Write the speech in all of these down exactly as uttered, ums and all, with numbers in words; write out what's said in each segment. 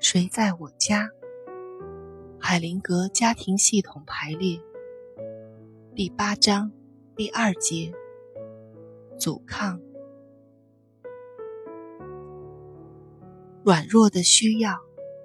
谁在我家？海灵格家庭系统排列第八章第二节，阻抗。软弱的需要。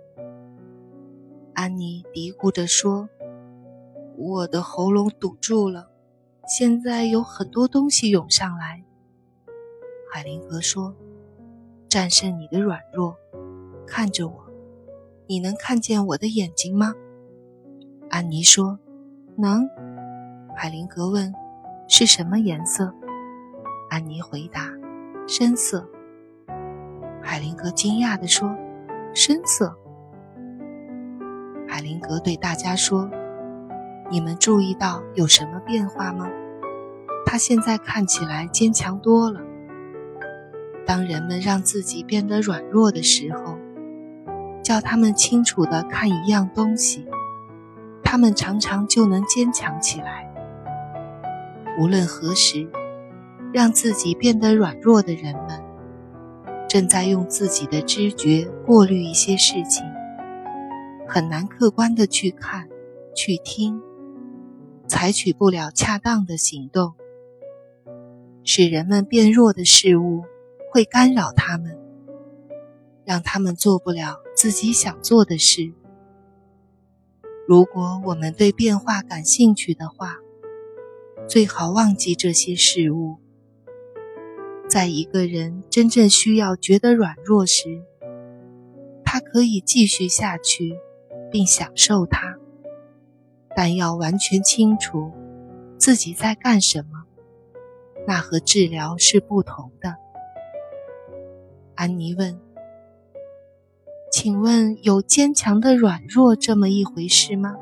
安妮嘀咕着说，我的喉咙堵住了，现在有很多东西涌上来。海灵格说，战胜你的软弱，看着我，你能看见我的眼睛吗？安妮说，能。海灵格问，是什么颜色？安妮回答，深色。海灵格惊讶地说，深色。海灵格对大家说，你们注意到有什么变化吗？他现在看起来坚强多了。当人们让自己变得软弱的时候，叫他们清楚地看一样东西，他们常常就能坚强起来。无论何时，让自己变得软弱的人们，正在用自己的知觉过滤一些事情，很难客观地去看、去听，采取不了恰当的行动。使人们变弱的事物会干扰他们，让他们做不了自己想做的事。如果我们对变化感兴趣的话，最好忘记这些事物。在一个人真正需要觉得软弱时，他可以继续下去并享受它，但要完全清楚自己在干什么，那和治疗是不同的。安妮问，请问有坚强的软弱这么一回事吗？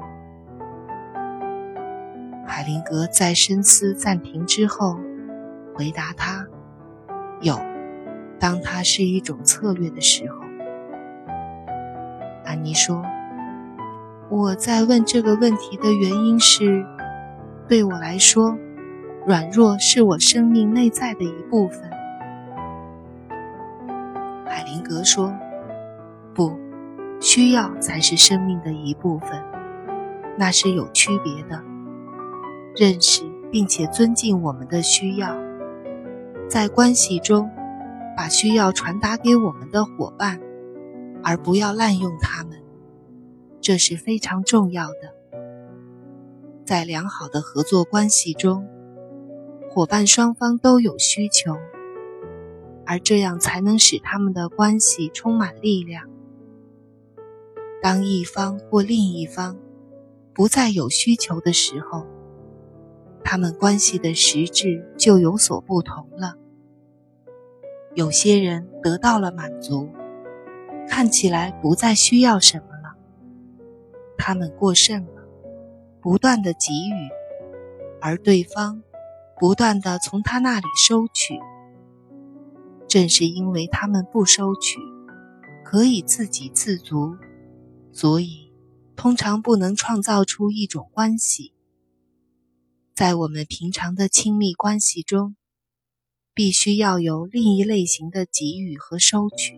海灵格在深思暂停之后回答他，有，当它是一种策略的时候。安妮说，我在问这个问题的原因是，对我来说，软弱是我生命内在的一部分。海灵格说，不，需要才是生命的一部分，那是有区别的。认识并且尊敬我们的需要，在关系中把需要传达给我们的伙伴，而不要滥用它们，这是非常重要的。在良好的合作关系中，伙伴双方都有需求，而这样才能使他们的关系充满力量。当一方或另一方不再有需求的时候，他们关系的实质就有所不同了。有些人得到了满足，看起来不再需要什么了，他们过剩了，不断地给予，而对方不断地从他那里收取。正是因为他们不收取，可以自给自足，所以通常不能创造出一种关系。在我们平常的亲密关系中，必须要有另一类型的给予和收取。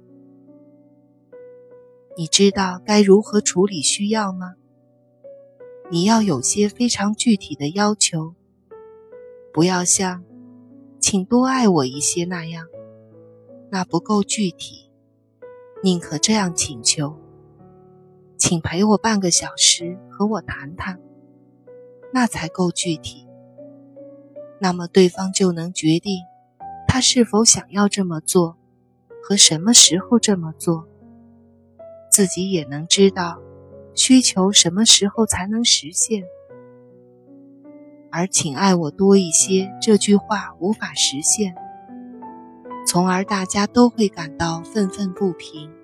你知道该如何处理需要吗？你要有些非常具体的要求，不要像请多爱我一些那样，那不够具体。宁可这样请求，请陪我半个小时和我谈谈，那才够具体。那么对方就能决定他是否想要这么做和什么时候这么做，自己也能知道需求什么时候才能实现。而请爱我多一些这句话无法实现，从而大家都会感到愤愤不平。